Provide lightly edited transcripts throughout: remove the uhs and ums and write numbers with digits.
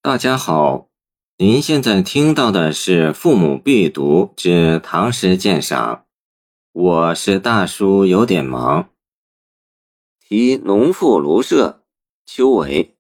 大家好，您现在听到的是《父母必读之唐诗鉴赏》，我是大叔，有点忙。题农妇庐舍，邱维。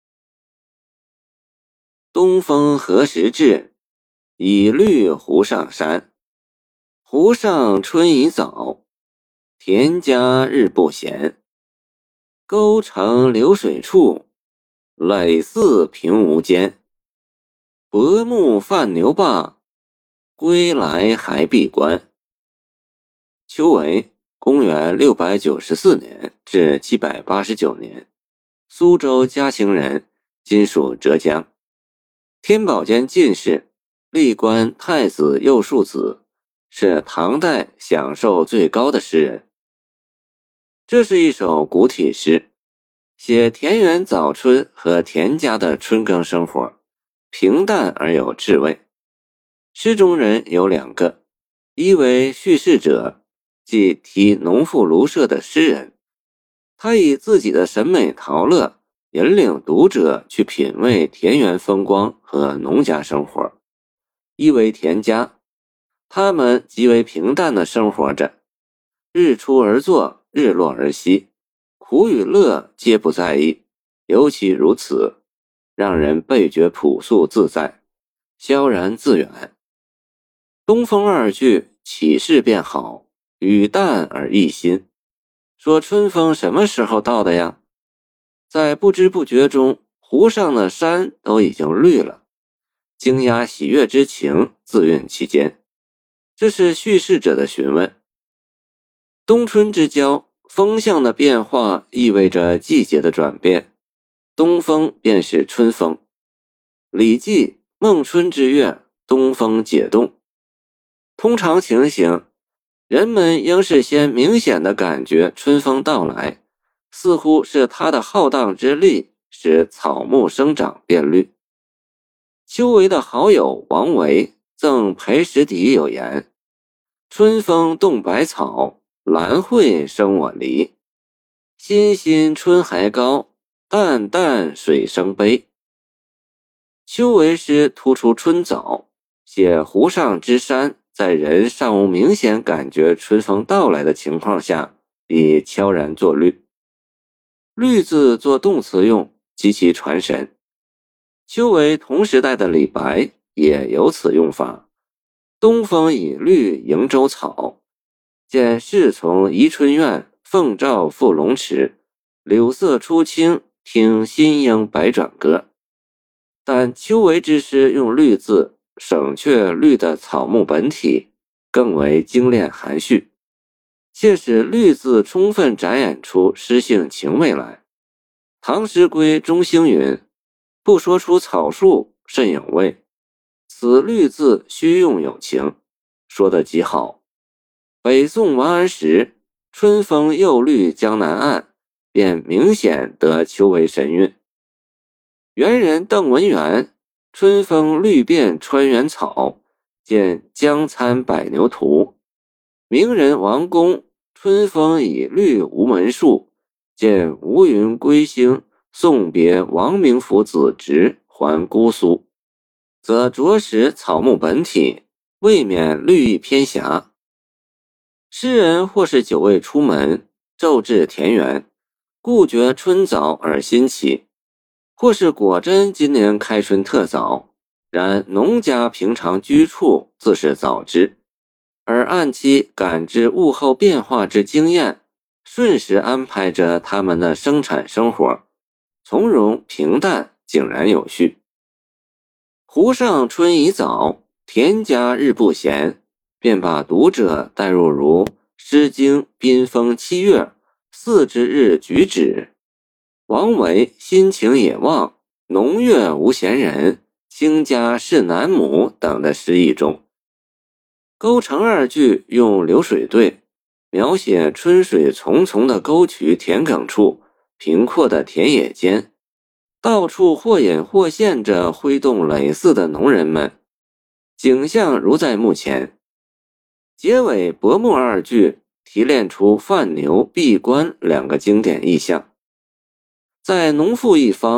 东风何时至？已绿湖上山。湖上春已早，田家日不闲。沟成流水处，垒似平无间。薄暮泛牛罢，归来还闭关。邱维，公元694年至789年，苏州嘉兴人，今属浙江。天宝间进士，历官太子右庶子，是唐代享受最高的诗人。这是一首古体诗，写田园早春和田家的春耕生活，平淡而有智慧。诗中人有两个，一为叙事者，即题农妇庐舍的诗人，他以自己的审美陶乐，引领读者去品味田园风光和农家生活；一为田家，他们极为平淡地生活着，日出而作，日落而息，苦与乐皆不在意，尤其如此，让人倍觉朴素自在，萧然自远。东风二句起势便好，语淡而意新。说春风什么时候到的呀？在不知不觉中，湖上的山都已经绿了，惊讶喜悦之情自蕴其间。这是叙事者的询问。冬春之交，风向的变化意味着季节的转变，东风便是春风。礼记孟春之月，东风解冻。通常情形，人们应是先明显地感觉春风到来，似乎是它的浩荡之力使草木生长变绿。邱维的好友王维赠裴时底有言：春风动百草，兰蕙生我篱。欣欣春还高，淡淡水生悲。邱维诗突出春早，写湖上之山在人尚无明显感觉春风到来的情况下，已悄然作绿。绿字做动词用，极其传神。邱维同时代的李白也有此用法。东风已绿迎州草，见侍从宜春院，奉诏赴龙池，柳色初青，听新莺百转歌。但邱维之诗用绿字，省却绿的草木本体，更为精炼含蓄，且使绿字充分展演出诗性情味来。唐诗归中兴云：不说出草树甚有味，此绿字须用有情，说得极好。北宋王安石春风又绿江南岸，便明显得邱维神韵。元人邓文元春风绿遍川原草，见江参百牛图。名人王公春风已绿无门树，见吴云归兴送别王明府子侄还姑苏，则着实草木本体，未免绿意偏狭。诗人或是久未出门，骤至田园，故觉春早而新奇，或是果真今年开春特早，然农家平常居处自是早知，而按期感知物候变化之经验，顺时安排着他们的生产生活，从容平淡，井然有序。湖上春已早，田家日不闲，便把读者带入如《诗经·宾风七月》四之日举止，王维心情野望，农月无闲人，卿家是南亩等的诗意中。沟成二句用流水对，描写春水淙淙的沟渠田埂处，平阔的田野间，到处或隐或现着挥动耒耜的农人们，景象如在目前。结尾薄暮二句提炼出贩牛闭关两个经典意象。在农妇一方，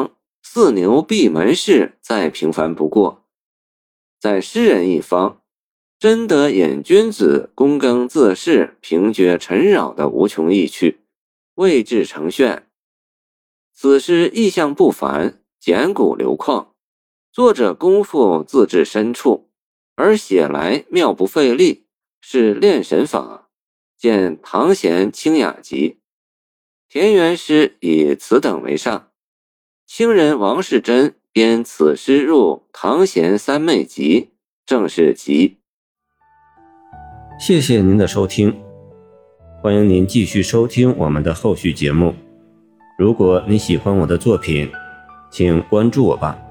四牛闭门式再平凡不过。在诗人一方，真得引君子躬耕自适，平绝尘扰的无穷意趣，绘制成卷。此诗意象不凡，简古流旷，作者功夫自至深处，而写来妙不费力，是练神法，见唐贤清雅集。田园诗以此等为上，清人王士祯编此诗入唐贤三昧集，正是集。 谢谢您的收听，欢迎您继续收听我们的后续节目。如果你喜欢我的作品，请关注我吧。